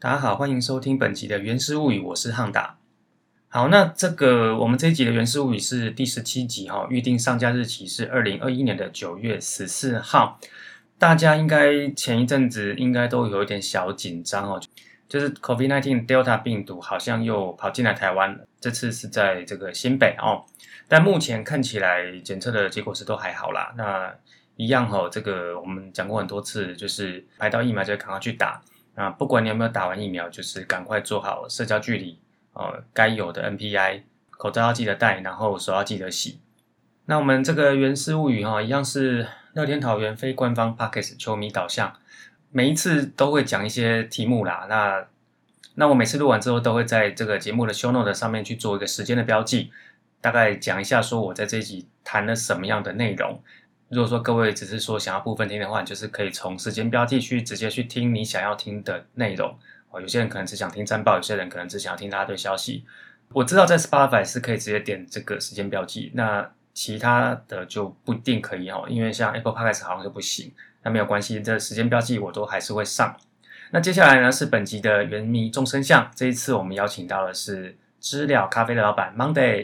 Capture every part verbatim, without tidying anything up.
大家好，欢迎收听本集的《原始物语》，我是汉达。好，那这个我们这一集的《原始物语》是第十七集哈，预定上架日期是二零二一年的九月十四号。大家应该前一阵子应该都有一点小紧张哦，就是 COVID 十九 Delta 病毒好像又跑进来台湾了，这次是在这个新北哦，但目前看起来检测的结果是都还好啦。那一样哈、哦，这个我们讲过很多次，就是排到疫苗就赶快去打。啊，不管你有没有打完疫苗，就是赶快做好社交距离，呃，该有的 N P I， 口罩要记得戴，然后手要记得洗。那我们这个原始物语哈、哦，一样是乐天桃园非官方 Podcast 球迷导向，每一次都会讲一些题目啦。那那我每次录完之后，都会在这个节目的 show note 上面去做一个时间的标记，大概讲一下说我在这一集谈了什么样的内容。如果说各位只是说想要部分听的话，就是可以从时间标记去直接去听你想要听的内容。哦，有些人可能只想听战报，有些人可能只想要听拉队消息。我知道在 Spotify 是可以直接点这个时间标记，那其他的就不一定可以哦，因为像 Apple Podcast 好像就不行。那没有关系，这时间标记我都还是会上。那接下来呢是本集的原迷众生相，这一次我们邀请到的是知了咖啡的老板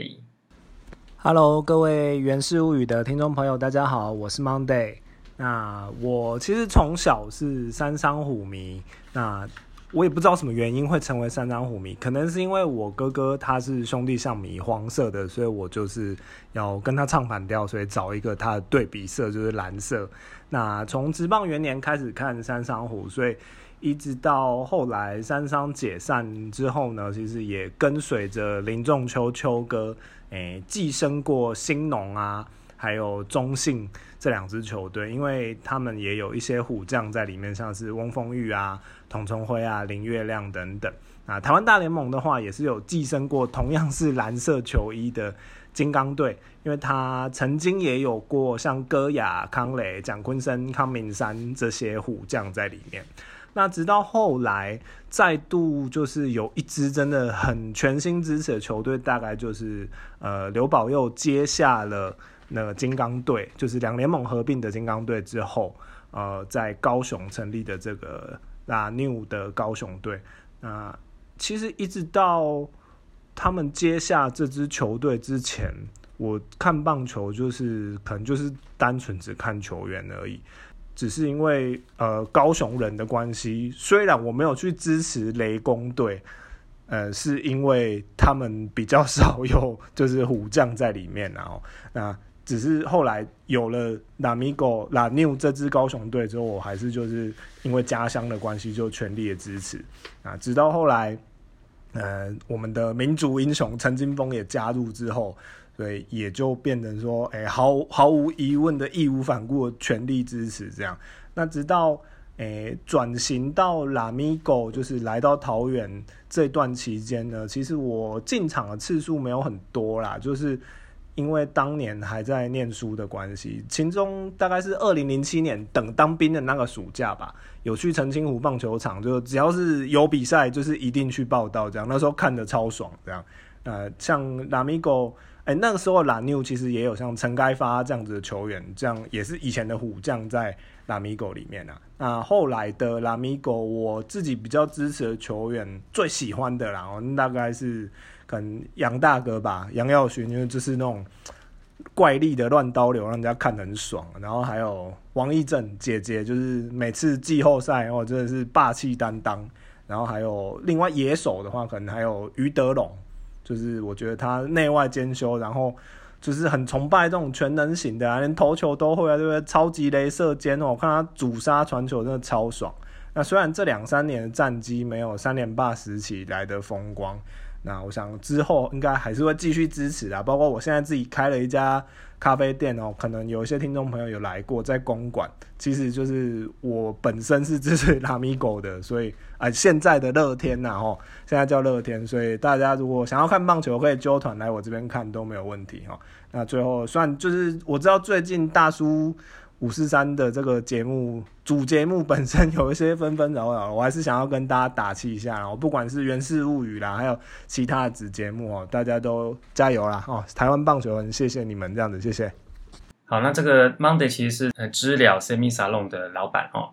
Monday。 Hello， 各位原始物语的听众朋友，大家好，我是 Monday。那我其实从小是三商虎迷，那我也不知道什么原因会成为三商虎迷，可能是因为我哥哥他是兄弟象迷，黄色的，所以我就是要跟他唱反调，所以找一个他的对比色就是蓝色。那从职棒元年开始看三商虎，所以一直到后来三商解散之后呢，其实也跟随着林仲秋秋哥诶寄生过兴农啊还有中信这两支球队，因为他们也有一些虎将在里面，像是翁凤玉啊、童崇辉啊、林月亮等等。那台湾大联盟的话也是有寄生过同样是蓝色球衣的金刚队，因为他曾经也有过像戈雅、康磊、蒋坤生、康明山这些虎将在里面。那直到后来再度就是有一支真的很全心支持的球队，大概就是呃刘保佑接下了那个金刚队，就是两联盟合并的金刚队之后，呃在高雄成立的这个 La New 的高雄队。那其实一直到他们接下这支球队之前，我看棒球就是可能就是单纯只看球员而已。只是因为呃高雄人的关系，虽然我没有去支持雷公队，呃，是因为他们比较少有就是虎将在里面啊、哦。那只是后来有了 Lamigo La New 这支高雄队之后，我还是就是因为家乡的关系就全力的支持啊。直到后来，呃，我们的民族英雄陈金锋也加入之后。所以也就变成说，哎、欸，毫毫无疑问的义无反顾的全力支持这样。那直到哎转、欸、型到 Lamigo， 就是来到桃园这段期间呢，其实我进场的次数没有很多啦，就是因为当年还在念书的关系，其中大概是二零零七年等当兵的那个暑假吧，有去澄清湖棒球场，就只要是有比赛，就是一定去报道这样。那时候看得超爽这样。呃，像 Lamigo。欸、那个时候 La New 其实也有像陈该发这样子的球员，这样也是以前的虎将在 Lamigo 里面啊。那后来的 Lamigo 我自己比较支持的球员，最喜欢的啦，大概是可能杨大哥吧，杨耀勋，因为就是那种怪力的乱刀流，让人家看得很爽。然后还有王一正姐姐，就是每次季后赛哦真的是霸气担当。然后还有另外野手的话，可能还有于德龙。就是我觉得他内外兼修，然后就是很崇拜这种全能型的啊，连投球都会啊，对不对？超级雷射肩哦，我看他主杀传球真的超爽。那虽然这两三年的战绩没有三连霸时期来的风光，那我想之后应该还是会继续支持啊。包括我现在自己开了一家咖啡店哦，可能有一些听众朋友有来过，在公馆，其实就是我本身是支持 Lamigo 的，所以啊、呃，现在的乐天呐、啊，哦，现在叫乐天，所以大家如果想要看棒球，可以揪团来我这边看都没有问题哈、哦。那最后算就是我知道最近大叔五四三的这个节目主节目本身有一些纷纷扰扰，我还是想要跟大家打气一下，然后不管是原始物语啦，还有其他的子节目哦，大家都加油啦哦！台湾棒球很谢谢你们这样子，谢谢。 好，那这个 Monday 其实是呃知了 Semi Salon 的老板哦。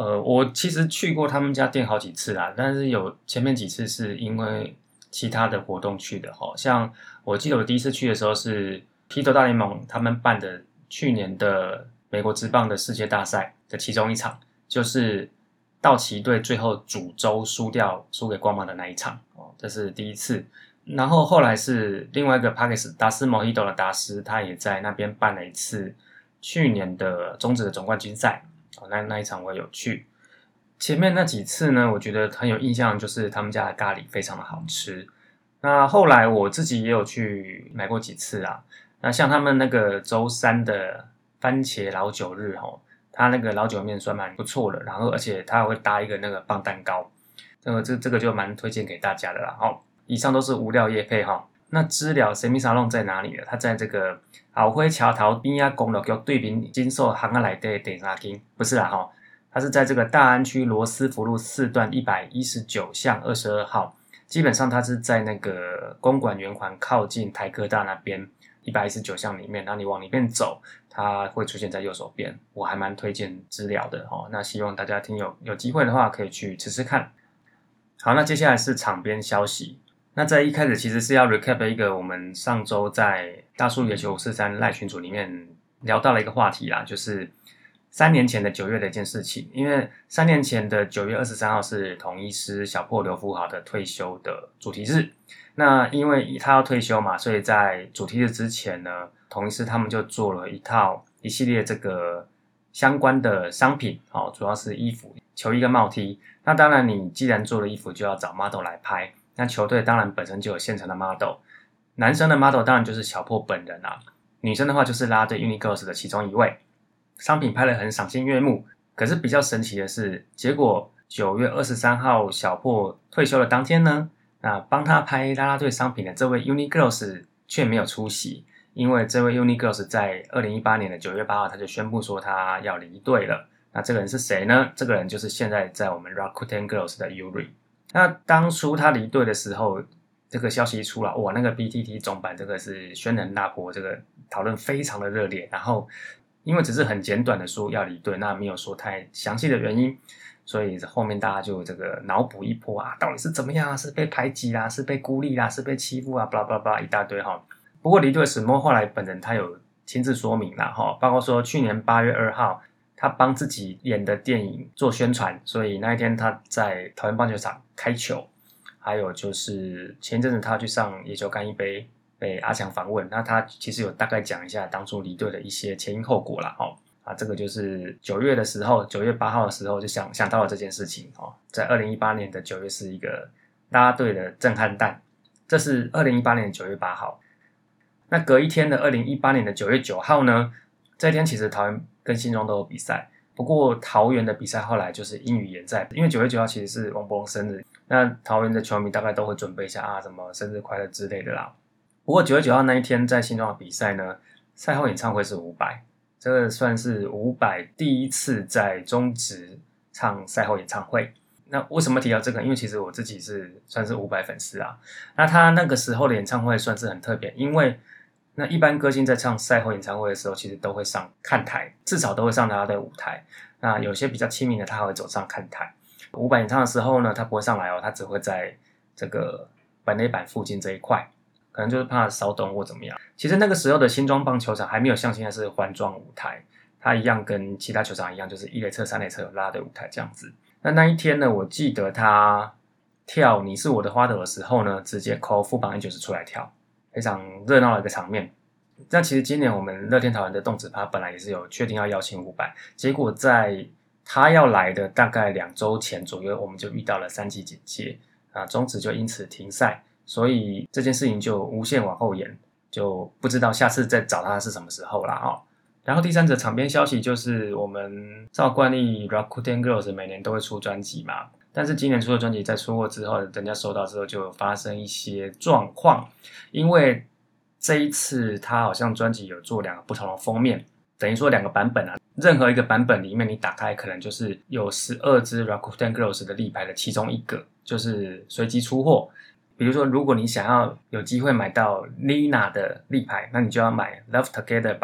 呃，我其实去过他们家店好几次啦，但是有前面几次是因为其他的活动去的齁，像我记得我第一次去的时候是啤酒大联盟他们办的去年的美国职棒的世界大赛的其中一场，就是道奇队最后主州输掉输给光芒的那一场哦，这是第一次。然后后来是另外一个 p a c k e s 达斯 Mojito 的达斯，他也在那边办了一次去年的中职的总冠军赛哦，那那一场我有去。前面那几次呢，我觉得很有印象，就是他们家的咖喱非常的好吃。那后来我自己也有去买过几次啊。那像他们那个周三的番茄老酒日齁，它那个老酒面算蛮不错的，然后而且它还会搭一个那个棒蛋糕，这个这这个就蛮推荐给大家的啦。齁，以上都是无料业配齁。那知了神秘沙龙在哪里呢？它在这个后火桥头边仔公路局对面金寿行啊内底的第三间，不是啦齁。它是在这个大安区罗斯福路四段一百一十九巷二十二号，基本上它是在那个公馆圆环靠近台科大那边一百一十九巷里面，那你往里面走，它会出现在右手边。我还蛮推荐知了的齁，那希望大家听友有机会的话可以去吃吃看。好，那接下来是场边消息。那在一开始其实是要 recap 一个我们上周在大叔野球五四三赖群组里面聊到了一个话题啦，就是三年前的九月的一件事情。因为三年前的九月二十三号是统一师小破刘福豪的退休的主题日。那因为他要退休嘛，所以在主题日之前呢，统一师他们就做了一套一系列这个相关的商品，哦，主要是衣服、球衣跟帽 T。那当然你既然做了衣服，就要找 model 来拍。那球队当然本身就有现成的 model， 男生的 model 当然就是小破本人啊，女生的话就是啦啦队 Unigirls 的其中一位。商品拍得很赏心悦目，可是比较神奇的是，结果九月二十三号小破退休的当天呢，那帮他拍啦啦队商品的这位 Unigirls 却没有出席，因为这位 Unigirls 在二零一八年的九月八号他就宣布说他要离队了。那这个人是谁呢？这个人就是现在在我们 Rakuten Girls 的 Yuri。那当初他离队的时候，这个消息一出来，哇，那个 B T T 总版这个是轩然大波，这个讨论非常的热烈。然后因为只是很简短的说要离队，那没有说太详细的原因，所以后面大家就这个脑补一波啊，到底是怎么样啊？是被排挤啦，是被孤立啦，是被欺负啊，巴拉巴拉巴拉一大堆哈。不过离队史莫后来本人他有亲自说明啦哈，包括说去年八月二号。他帮自己演的电影做宣传，所以那一天他在桃园棒球场开球。还有就是前一阵子他去上野球干一杯被阿强访问，那他其实有大概讲一下当初离队的一些前因后果啦齁。啊，这个就是九月的时候，九月八号的时候就想想到了这件事情齁。在二零一八年的九月是一个啦啦队的震撼弹，这是二零一八年的九月八号。那隔一天的二零一八年的九月九号呢，这一天其实桃园跟新庄都有比赛，不过桃园的比赛后来就是因语延赛，因为九月九号其实是王柏融生日，那桃园的球迷大概都会准备一下啊，什么生日快乐之类的啦。不过九月九号那一天在新庄的比赛呢，赛后演唱会是伍佰，这个算是伍佰第一次在中职唱赛后演唱会。那为什么提到这个？因为其实我自己是算是伍佰粉丝啊，那他那个时候的演唱会算是很特别，因为那一般歌星在唱赛后演唱会的时候，其实都会上看台，至少都会上他的舞台。那有些比较亲民的，他还会走上看台。伍佰演唱的时候呢，他不会上来哦，他只会在这个本垒板附近这一块，可能就是怕骚动或怎么样。其实那个时候的新庄棒球场还没有像现在是环状舞台，它一样跟其他球场一样，就是一垒侧、三垒侧有啦啦队舞台这样子。那那一天呢，我记得他跳你是我的花朵的时候呢，直接 call 副榜 Angels 出来跳。非常热闹的一个场面。那其实今年我们乐天桃园的动子趴本来也是有确定要邀请伍佰，结果在他要来的大概两周前左右，我们就遇到了三级警戒啊，中职就因此停赛，所以这件事情就无限往后延，就不知道下次再找他是什么时候啦齁。然后第三则场边消息就是我们照惯例 Rakuten Girls 每年都会出专辑嘛。但是今年出的专辑在出货之后，人家收到之后就有发生一些状况，因为这一次他好像专辑有做两个不同的封面，等于说两个版本啊，任何一个版本里面你打开可能就是有十二支 Rakuten Girls 的立牌的其中一个，就是随机出货。比如说如果你想要有机会买到 Lina 的立牌，那你就要买 Love Together 版，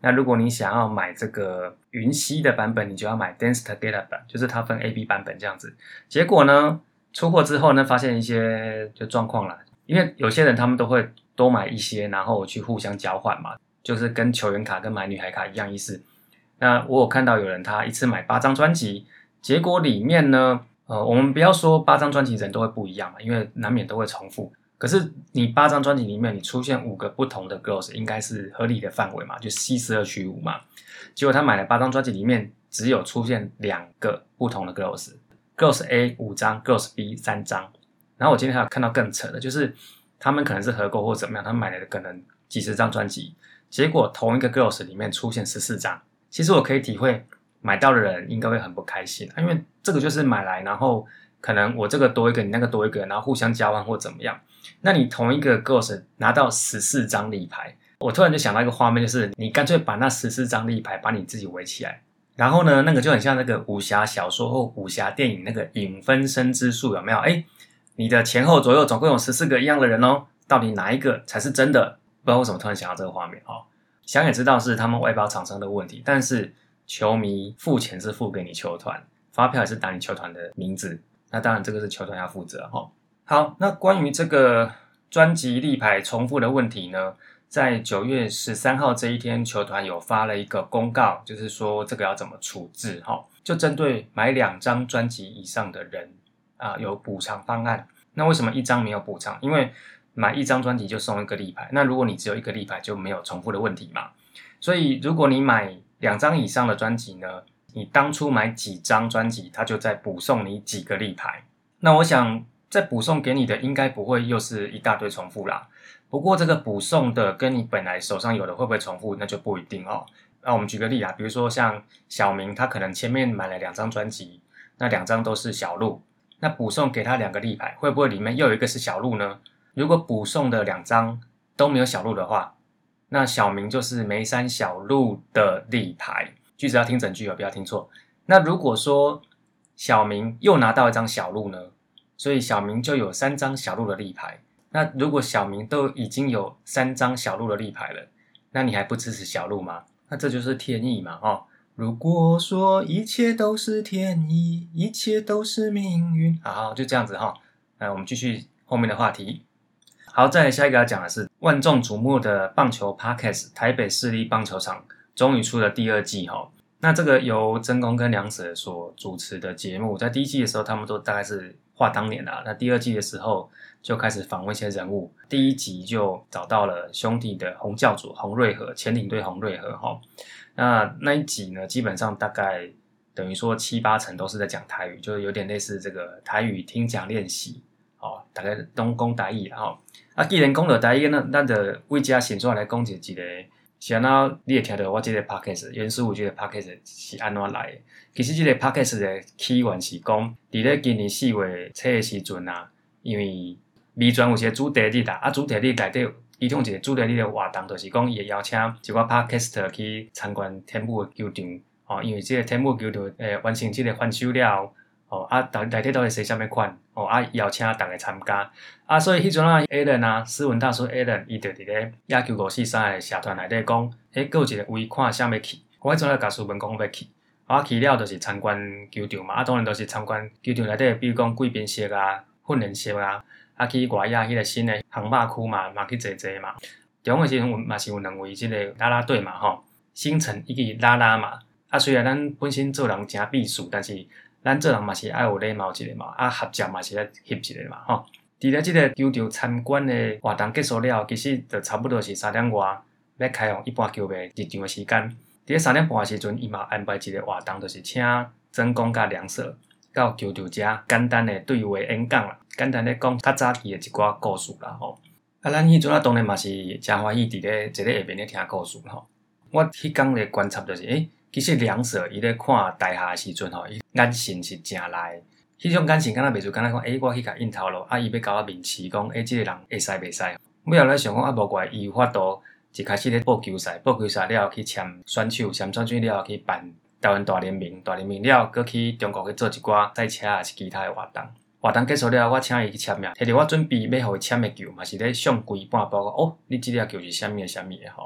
那如果你想要买这个云溪的版本，你就要买 Dance Together 版，就是它分 A、B 版本这样子。结果呢，出货之后呢，发现一些就状况啦，因为有些人他们都会多买一些，然后去互相交换嘛，就是跟球员卡跟买女孩卡一样意思。那我有看到有人他一次买八张专辑，结果里面呢，呃，我们不要说八张专辑人都会不一样嘛，因为难免都会重复。可是你八张专辑里面，你出现五个不同的 girls， 应该是合理的范围嘛，就 C 十二取五嘛。结果他买了八张专辑里面，只有出现两个不同的 girls，girls A 五张 ，girls B 三张。然后我今天还有看到更扯的，就是他们可能是合购或怎么样，他们买了可能几十张专辑，结果同一个 girls 里面出现十四张。其实我可以体会买到的人应该会很不开心，因为这个就是买来，然后可能我这个多一个，你那个多一个，然后互相交换或怎么样。那你同一个 girls 拿到十四张立牌，我突然就想到一个画面，就是你干脆把那十四张立牌把你自己围起来，然后呢，那个就很像那个武侠小说或武侠电影那个影分身之术，有没有？哎，你的前后左右总共有十四个一样的人哦，到底哪一个才是真的？不知道为什么突然想到这个画面哦。想也知道是他们外包厂商的问题，但是球迷付钱是付给你球团，发票也是打你球团的名字，那当然这个是球团要负责齁。好，那关于这个专辑立牌重复的问题呢，在九月十三号这一天，球团有发了一个公告，就是说这个要怎么处置齁，就针对买两张专辑以上的人啊有补偿方案。那为什么一张没有补偿？因为买一张专辑就送一个立牌，那如果你只有一个立牌就没有重复的问题嘛。所以如果你买两张以上的专辑呢，你当初买几张专辑，它就再补送你几个立牌。那我想再补送给你的应该不会又是一大堆重复啦。不过这个补送的跟你本来手上有的会不会重复，那就不一定哦。那我们举个例啦，比如说像小明，他可能前面买了两张专辑，那两张都是小鹿，那补送给他两个立牌，会不会里面又有一个是小鹿呢？如果补送的两张都没有小鹿的话，那小明就是梅山小鹿的立牌，句子要听整句哦，不要听错。那如果说小明又拿到一张小鹿呢，所以小明就有三张小鹿的立牌。那如果小明都已经有三张小鹿的立牌了，那你还不支持小鹿吗？那这就是天意嘛哦。如果说一切都是天意，一切都是命运，好，就这样子哈、哦。那我们继续后面的话题。好，再来下一个要讲的是万众瞩目的棒球 Podcast 台北市立棒球场终于出了第二季齁。那这个由真公跟梁舍所主持的节目，在第一季的时候他们都大概是话当年啦，那第二季的时候就开始访问一些人物，第一集就找到了兄弟的洪教主洪瑞和，前领队洪瑞和齁。那那一集呢，基本上大概等于说七八成都是在讲台语，就有点类似这个台语听讲练习哦，大概都讲台语啦齁。啊，既然讲到台语，那咱就为这先出来讲一个，是安怎你会听到我这个 podcast 原始有这个 podcast 是安怎来的？其实这个 podcast 的起源是讲，伫咧今年四月初的时阵啊，因为美专有一个主题日啦，啊主题日内底其中一个主题日的活动，就是讲伊会邀请一个 podcast 去参观天母的球场哦，因为这个天母球场诶完成这个翻修了。哦啊，内底都会写什么款？哦啊，邀请大家参加啊，所以迄阵啊 ，Alan 啊，斯文大叔 Alan， 伊就伫咧野球五四三的社团内底讲，诶，还有一个位看啥要去？我迄阵咧甲斯文讲要去，啊去了就是参观球场嘛，啊当然就是参观球场内底，比如讲贵宾室啊、训练室啊，啊去外野迄个新的航马区嘛，嘛去坐坐嘛。中的时阵嘛是有两位即个啦啦队嘛吼，星辰以及啦啦嘛。啊虽然咱本身做人真避暑，但是咱做人嘛是爱有礼貌一个嘛，啊合作嘛是咧翕一个嘛吼。伫咧即个球场参观的活动结束了，其实就差不多是三点外要开放一般球迷入场的时间。伫咧三点半的时阵，伊嘛安排一个活动，就是请曾公甲梁舍到球场遮简单的对话演讲啦，简单咧讲较早期的一寡故事啦吼。啊，咱迄阵啊当然嘛是真欢喜伫咧坐咧下面咧听故事吼。我迄天咧观察就是，诶，其实梁舍伊咧看台下的时阵吼，伊眼神是正来。迄种眼神敢若袂就敢若讲，诶，我去甲应头咯，啊，伊要甲我面试讲，诶，即、这个人会使袂使？尾后来想讲啊，无怪伊有法度，一开始咧报球赛，报球赛了后去签选手，签选手了后去办台湾大联名，大联名了后，搁去中国去做一寡赛车啊，是其他的活动。活动结束了后，我请伊去签名，摕着我准备要互伊签的球，嘛是咧上规半包哦，你即个球是啥物诶啥物诶吼。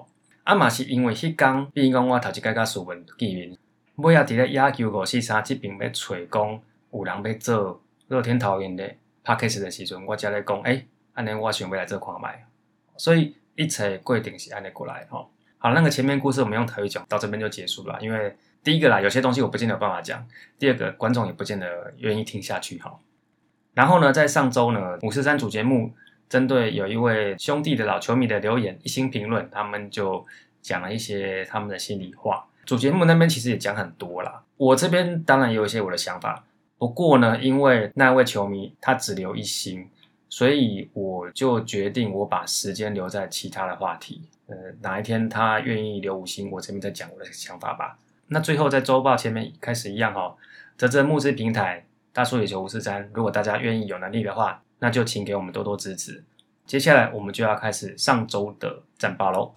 啊嘛是因为迄天，比如讲我头一届甲苏文见面，尾仔伫咧野球五四三这边要找讲有人要做乐天桃园的 Podcast 的时阵，我才咧讲，诶、欸，安尼我想要来做看卖，所以一切规定是安尼过来吼。好，那个前面故事我们用台语讲到这边就结束了，因为第一个啦，有些东西我不见得有办法讲；第二个，观众也不见得愿意听下去哈。然后呢，在上周呢，五四三主节目针对有一位兄弟的老球迷的留言一星评论，他们就讲了一些他们的心里话。主节目那边其实也讲很多啦，我这边当然也有一些我的想法。不过呢，因为那位球迷他只留一星，所以我就决定我把时间留在其他的话题。呃，哪一天他愿意留五星，我这边再讲我的想法吧。那最后在周报前面开始一样哦，泽泽募资平台大叔野球五四三，如果大家愿意有能力的话，那就请给我们多多支持。接下来我们就要开始上周的战报咯。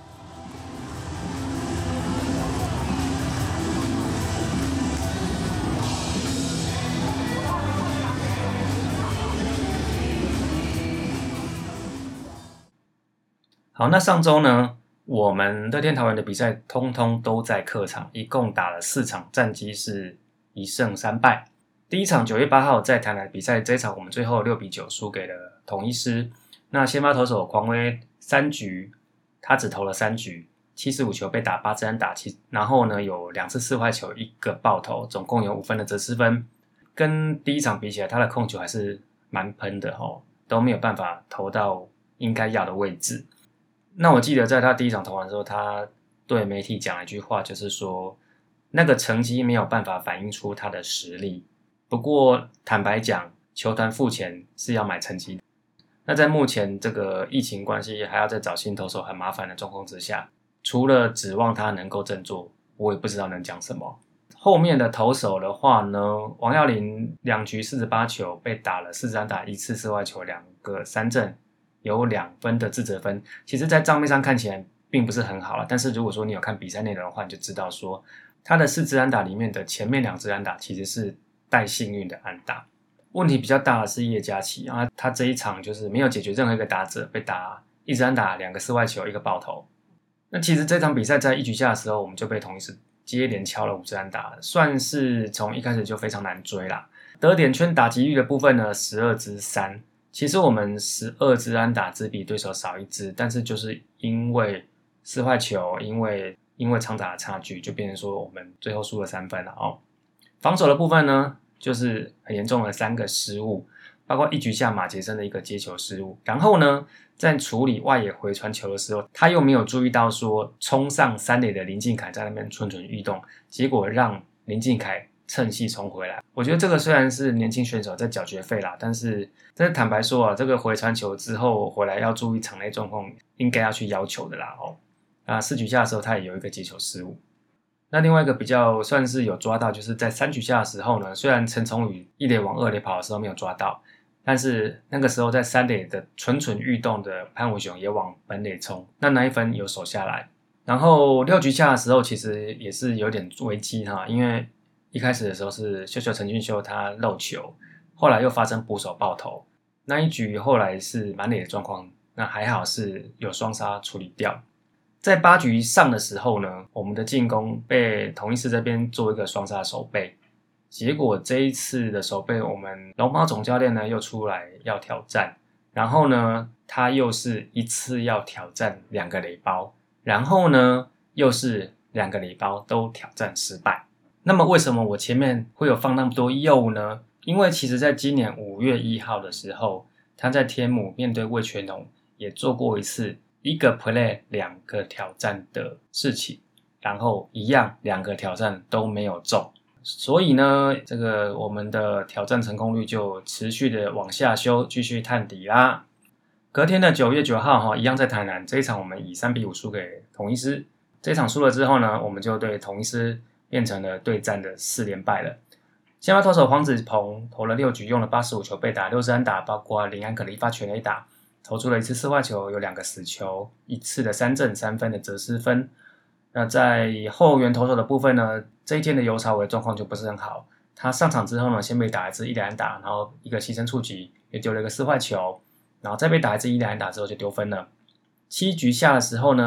好，那上周呢，我们乐天桃园的比赛通通都在客场，一共打了四场，战绩是一胜三败。第一场九月八号在台南比赛，这一场我们最后六比九输给了统一狮。那先发投手狂威三局，他只投了三局，七十五球被打八支安打，然后呢有两次四坏球，一个爆头，总共有五分的责失分。跟第一场比起来，他的控球还是蛮喷的齁，都没有办法投到应该要的位置。那我记得在他第一场投完之后，他对媒体讲了一句话，就是说那个成绩没有办法反映出他的实力。不过坦白讲，球团付钱是要买成绩的。那在目前这个疫情关系，还要再找新投手很麻烦的状况之下，除了指望他能够振作，我也不知道能讲什么。后面的投手的话呢，王耀霖两局四十八球被打了四支安打，一次四坏球，两个三振，有两分的自责分。其实在账面上看起来并不是很好啦，但是如果说你有看比赛内容的话，你就知道说他的四支安打里面的前面两支安打其实是带幸运的安打。问题比较大的是叶嘉琪啊，他这一场就是没有解决任何一个打者，被打一支安打，两个四坏球，一个爆头。那其实这场比赛在一局下的时候，我们就被统一狮接连敲了五支安打，算是从一开始就非常难追啦。得点圈打击率的部分呢，十二支三。其实我们十二支安打只比对手少一支，但是就是因为四坏球，因为因为长打的差距，就变成说我们最后输了三分了哦。防守的部分呢，就是很严重的三个失误，包括一局下马杰森的一个接球失误，然后呢，在处理外野回传球的时候，他又没有注意到说冲上三垒的林敬凯在那边蠢蠢欲动，结果让林敬凯趁隙冲回来。我觉得这个虽然是年轻选手在缴学费啦，但是但是坦白说啊，这个回传球之后回来要注意场内状况，应该要去要求的啦哦。啊，四局下的时候他也有一个接球失误。那另外一个比较算是有抓到，就是在三局下的时候呢，虽然陈崇宇一垒往二垒跑的时候没有抓到，但是那个时候在三垒的蠢蠢欲动的潘武雄也往本垒冲，那那一分有守下来。然后六局下的时候其实也是有点危机哈，因为一开始的时候是秀秀陈俊秀他漏球，后来又发生捕手爆头，那一局后来是满垒的状况，那还好是有双杀处理掉。在八局上的时候呢，我们的进攻被统一狮这边做一个双杀守备，结果这一次的守备，我们龙猫总教练呢又出来要挑战，然后呢他又是一次要挑战两个垒包，然后呢又是两个垒包都挑战失败。那么为什么我前面会有放那么多又呢？因为其实在今年五月一号的时候，他在天母面对味全龙也做过一次一个 play 两个挑战的事情，然后一样两个挑战都没有中，所以呢这个我们的挑战成功率就持续的往下修，继续探底啦。隔天的九月九号一样在台南，这一场我们以三比五输给统一狮。这一场输了之后呢，我们就对统一狮变成了对战的四连败了。先发投手黄子鹏投了六局，用了八十五球被打六支安打，包括林安可的一发全垒打，投出了一次四坏球，有两个死球，一次的三振，三分的责失分。那在后援投手的部分呢，这一天的游朝伟状况就不是很好，他上场之后呢，先被打一支一垒安打，然后一个牺牲触击，也丢了一个四坏球，然后再被打一支一垒安打之后就丢分了。七局下的时候呢，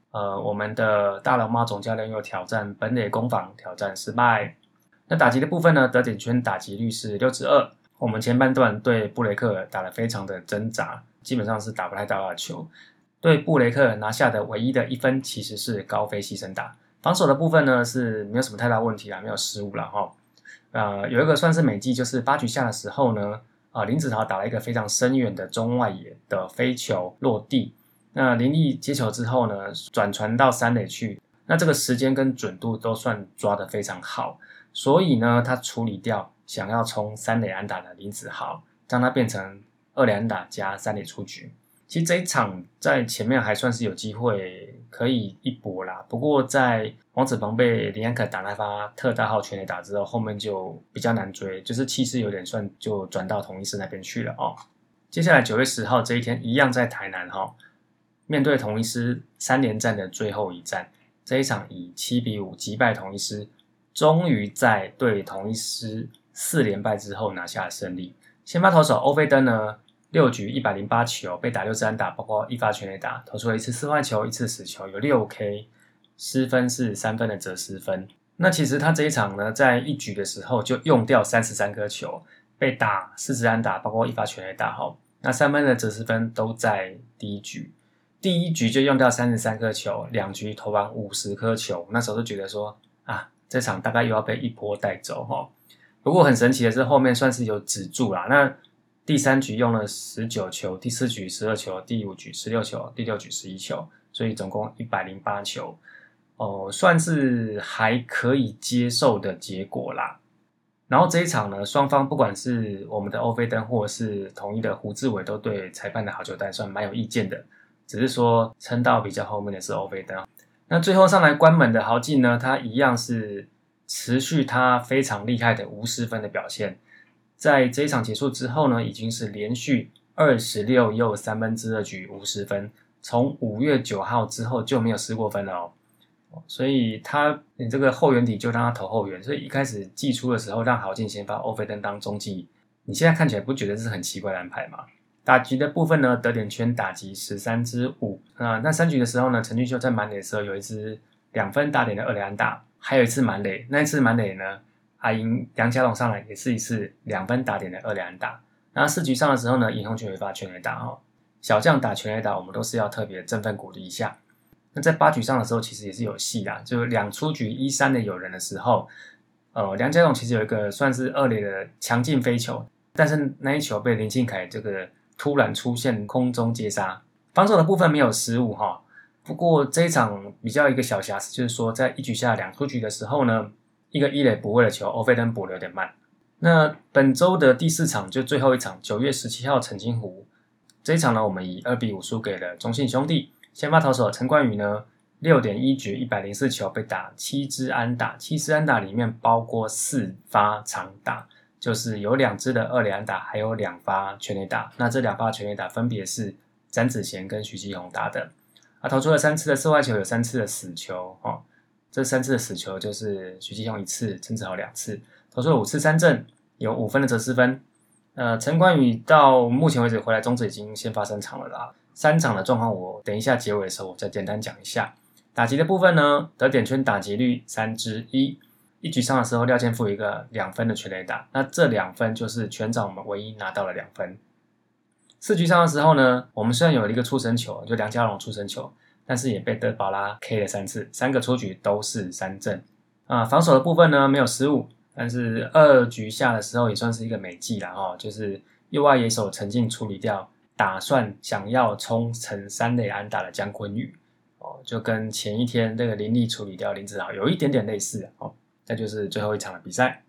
呃，我们的大龙猫总教练又挑战本垒攻防，挑战失败。那打击的部分呢，得点圈打击率是六支二。我们前半段对布雷克打得非常的挣扎，基本上是打不太到他的球。对布雷克拿下的唯一的一分其实是高飞牺牲打。防守的部分呢是没有什么太大问题啦，没有失误啦齁。呃，有一个算是美技，就是八局下的时候呢，呃，林子豪打了一个非常深远的中外野的飞球落地。那林立接球之后呢，转传到三垒去，那这个时间跟准度都算抓得非常好，所以呢，他处理掉想要冲三垒安打的林子豪，让他变成二垒安打加三垒出局。其实这一场在前面还算是有机会可以一搏啦，不过在王子鹏被林安可打那发特大号全垒打之后，后面就比较难追，就是气势有点算就转到统一狮那边去了哦。接下来九月十号这一天一样在台南哈、哦，面对统一狮三连战的最后一战，这一场以七比五击败统一狮，终于在对统一狮四连败之后拿下了胜利。先发投手欧菲登呢，六局一百零八球，被打六支安打，包括一发全垒打，投出了一次四坏球，一次死球，有 六 K， 失分是三分的折失分。那其实他这一场呢，在一局的时候就用掉三十三颗球，被打四支安打，包括一发全垒打。齁，那三分的折失分都在第一局，第一局就用掉三十三颗球，两局投完五十颗球，那时候就觉得说啊，这场大概又要被一波带走齁。不过很神奇的是，后面算是有止住啦。那第三局用了十九球，第四局十二球，第五局十六球，第六局十一球，所以总共一百零八球，哦，算是还可以接受的结果啦。然后这一场呢，双方不管是我们的欧菲登或者是统一的胡志伟，都对裁判的好球带算蛮有意见的，只是说撑到比较后面的是欧菲登。那最后上来关门的豪进呢，他一样是持续他非常厉害的无失分的表现。在这一场结束之后呢，已经是连续二十六又三分之二局无失分，从五月九号之后就没有失过分了哦。所以他你这个后援体就让他投后援，所以一开始季初的时候让豪进先发，欧菲登当中继，你现在看起来不觉得这是很奇怪的安排吗？打击的部分呢，得点圈打击十三支五，呃，那三局的时候呢，陈俊秀在满垒的时候有一支两分打点的二垒安打，还有一次满垒，那一次满垒呢，阿英梁家龙上来也是一次两分打点的二垒安打。然后四局上的时候呢，尹鸿权有一发全垒打哦，小将打全垒打，我们都是要特别振奋鼓励一下。那在八局上的时候，其实也是有戏啦，就两出局一三的有人的时候，呃，梁家龙其实有一个算是二垒的强劲飞球，但是那一球被林庆凯这个突然出现空中接杀，防守的部分没有失误哈。不过这一场比较一个小瑕疵，就是说在一局下两出局的时候呢，一个一垒补位的球，欧菲登补的有点慢。那本周的第四场就最后一场，九月十七号澄清湖这一场呢，我们以二比五输给了中信兄弟。先发投手陈冠宇呢， 六点一局一百零四球，被打七支安打，七支安打里面包括四发长打，就是有两支的二垒安打，还有两发全垒打。那这两发全垒打分别是詹子贤跟徐基宏打的。啊，投出了三次的四坏球，有三次的死球哦。这三次的死球就是徐基宏一次，陈子豪两次，投出了五次三振，有五分的折失分。呃，陈冠宇到目前为止回来中职已经先发三场了啦。三场的状况，我等一下结尾的时候我再简单讲一下。打击的部分呢，得点圈打击率三之一，一局上的时候廖健富有一个两分的全垒打，那这两分就是全场我们唯一拿到了两分。四局上的时候呢，我们虽然有一个触身球，就梁家荣触身球，但是也被德保拉 K 了三次，三个出局都是三振。啊，防守的部分呢没有失误，但是二局下的时候也算是一个美技啦哦，就是右外野手陈进处理掉打算想要冲成三垒安打的江坤宇哦，就跟前一天这个林立处理掉林子豪有一点点类似哦。这就是最后一场的比赛。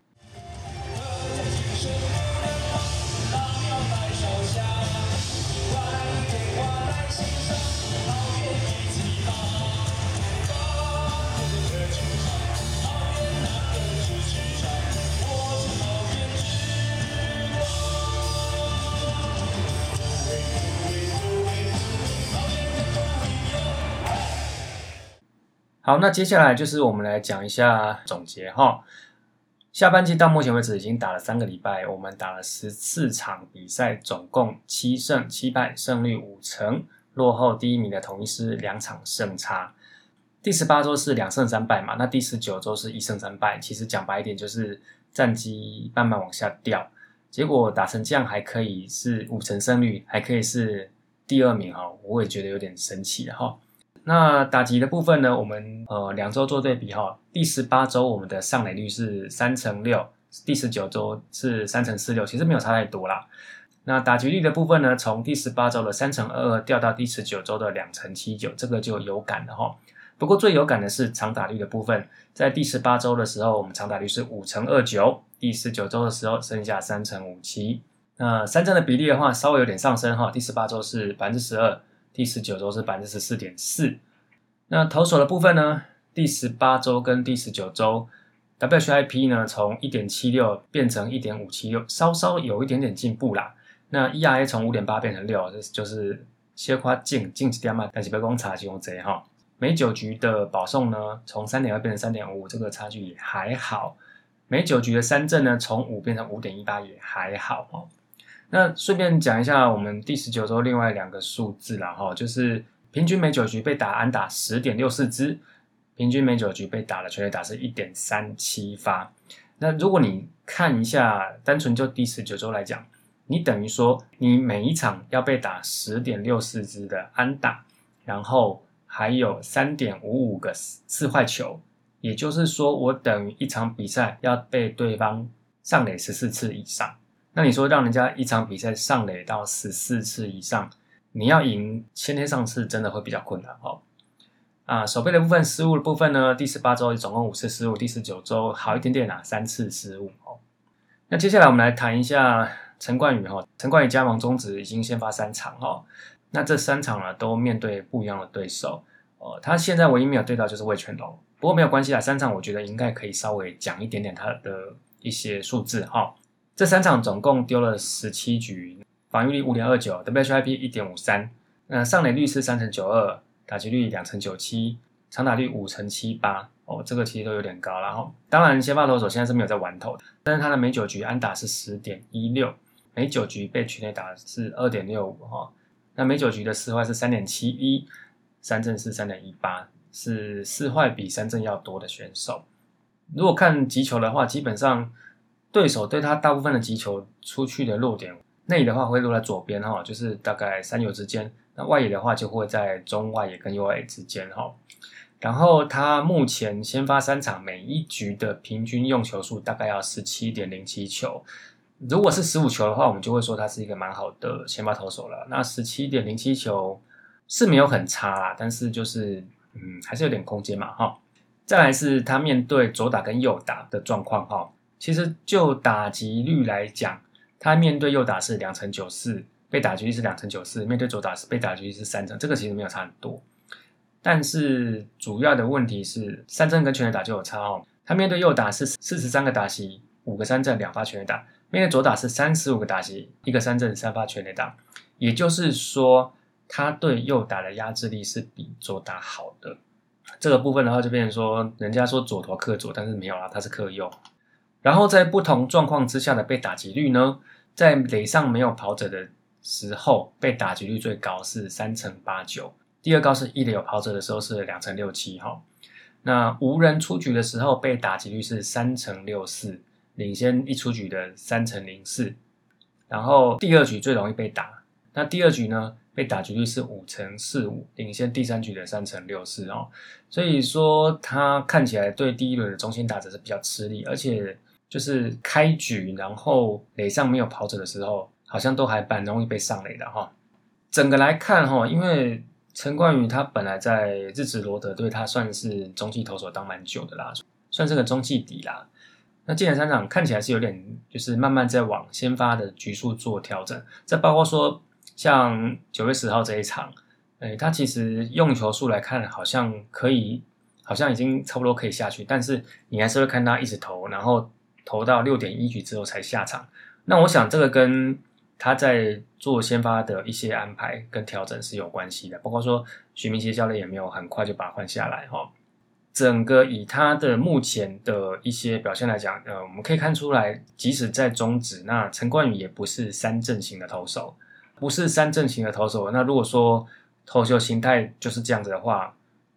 好，那接下来就是我们来讲一下总结哈。下半季到目前为止已经打了三个礼拜，我们打了十四场比赛，总共七胜七败，胜率五成，落后第一名的统一狮两场胜差。 第十八周是两胜三败嘛，那第十九周是一胜三败，其实讲白一点就是战绩慢慢往下掉，结果打成这样还可以是五成胜率，还可以是第二名哈，我也觉得有点神奇哈。那打击的部分呢，我们呃两周做对比哈，第十八周我们的上垒率是三成六，第十九周是三成四六，其实没有差太多啦。那打击率的部分呢，从第十八周的三成二二掉到第十九周的两成七九，这个就有感了哈。不过最有感的是长打率的部分，在第十八周的时候，我们长打率是五成二九，第十九周的时候剩下三成五七。那三振的比例的话，稍微有点上升哈，第十八周是 百分之十二， 第十九周是 百分之十四点四。 那投手的部分呢，第十八周跟第十九周 W H I P 呢从 一点七六 变成 一点五七六， 稍稍有一点点进步啦。那 E R A 从 五点八 变成六，就是小可进进一点嘛，但是不要说差很多哈。每九局的保送呢，从 三点二 变成 三点五五， 这个差距也还好。每九局的三振呢，从五变成 五点一八 也还好哦。那顺便讲一下我们第十九周另外两个数字啦哈，就是平均每九局被打安打 十点六四 支，平均每九局被打的全垒打是 一点三七 发。那如果你看一下，单纯就第十九周来讲，你等于说你每一场要被打 十点六四 支的安打，然后还有 三点五五 个四坏球，也就是说我等于一场比赛要被对方上垒十四次以上。那你说让人家一场比赛上垒到十四次以上，你要赢先天上次真的会比较困难哦。啊，守备的部分失误的部分呢，第十八周总共五次失误，第十九周好一点点啦，三次失误哦。那接下来我们来谈一下陈冠宇哈，陈冠宇加盟中职已经先发三场哦。那这三场呢都面对不一样的对手，呃，他现在唯一没有对到就是魏全龙，不过没有关系啦，三场我觉得应该可以稍微讲一点点他的一些数字哈。这三场总共丢了十七局，防御率 五点二九， W H I P 一点五三， 那上垒率是三成九二，打击率两成九七，长打率五成七八，哦，这个其实都有点高啦齁。当然先发投手现在是没有在玩投的，但是他的每九局安打是 十点一六， 每九局被全垒打是 二点六五 齁。那每九局的四坏是 三点七一， 三振是 三点一八， 是四坏比三振要多的选手。如果看击球的话，基本上对手对他大部分的击球出去的落点，内的话会落在左边齁，就是大概三游之间，那外野的话就会在中外野跟右外野之间齁。然后他目前先发三场，每一局的平均用球数大概要 十七点零七 球，如果是十五球的话，我们就会说他是一个蛮好的先发投手了。那 十七点零七 球是没有很差啦，但是就是嗯还是有点空间嘛齁。再来是他面对左打跟右打的状况齁，其实就打击率来讲，他面对右打是两成九四，被打击率是两成九四，面对左打是被打击率是三成，这个其实没有差很多。但是主要的问题是三振跟全垒打就有差哦。他面对右打是四十三个打席，五个三振，两发全垒打；面对左打是三十五个打席，一个三振，三发全垒打。也就是说，他对右打的压制力是比左打好的。这个部分的话，就变成说，人家说左投克左，但是没有啦，他是克右。然后在不同状况之下的被打击率呢，在垒上没有跑者的时候，被打击率最高是三成八九。第二高是一垒有跑者的时候是两成六七齁，那无人出局的时候被打击率是三成六四，领先一出局的三成零四。然后第二局最容易被打，那第二局呢被打击率是五成四五，领先第三局的三成六四哦。所以说他看起来对第一轮的中心打者是比较吃力，而且就是开局然后垒上没有跑者的时候，好像都还蛮容易被上垒的齁。整个来看齁，因为陈冠宇他本来在日职罗德队，他算是中继投手当蛮久的啦，算是个中继底啦。那今年三场看起来是有点，就是慢慢在往先发的局数做调整。这包括说，像九月十号这一场，诶，他其实用球数来看，好像可以，好像已经差不多可以下去，但是你还是会看他一直投，然后投到六点一局之后才下场。那我想这个跟他在做先发的一些安排跟调整是有关系的，包括说许明杰教练也没有很快就把他换下来齁。整个以他的目前的一些表现来讲，呃，我们可以看出来，即使在中职，那陈冠宇也不是三振型的投手，不是三振型的投手。那如果说投球形态就是这样子的话，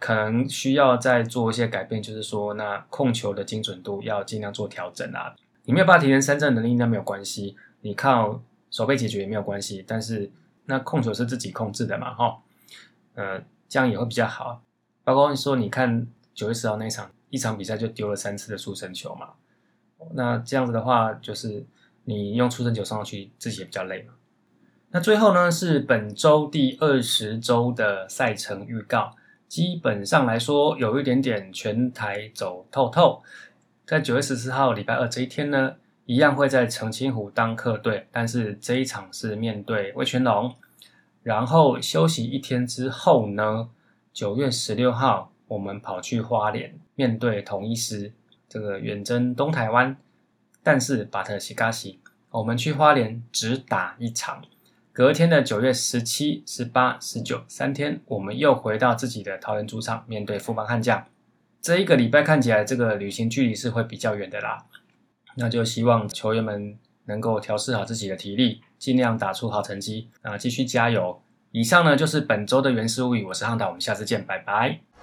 可能需要再做一些改变，就是说那控球的精准度要尽量做调整啊。你没有办法提升三振能力那没有关系，你靠手背解决也没有关系，但是那控球是自己控制的嘛，齁，呃，这样也会比较好。包括说你看九月十号那一场，一场比赛就丢了三次的速身球嘛，那这样子的话，就是你用速身球上去，自己也比较累嘛。那最后呢，是本周第二十周的赛程预告。基本上来说，有一点点全台走透透。在九月十四号礼拜二这一天呢，一样会在澄清湖当客队，但是这一场是面对味全龙。然后休息一天之后呢，九月十六号我们跑去花莲面对统一狮，这个远征东台湾。但是巴特西嘎西，我们去花莲只打一场。隔天的九月十七、十八、十九三天，我们又回到自己的桃园主场面对富邦悍将。这一个礼拜看起来这个旅行距离是会比较远的啦，那就希望球员们能够调试好自己的体力，尽量打出好成绩啊，继续加油。以上呢就是本周的原始物语，我是汉达，我们下次见，拜拜。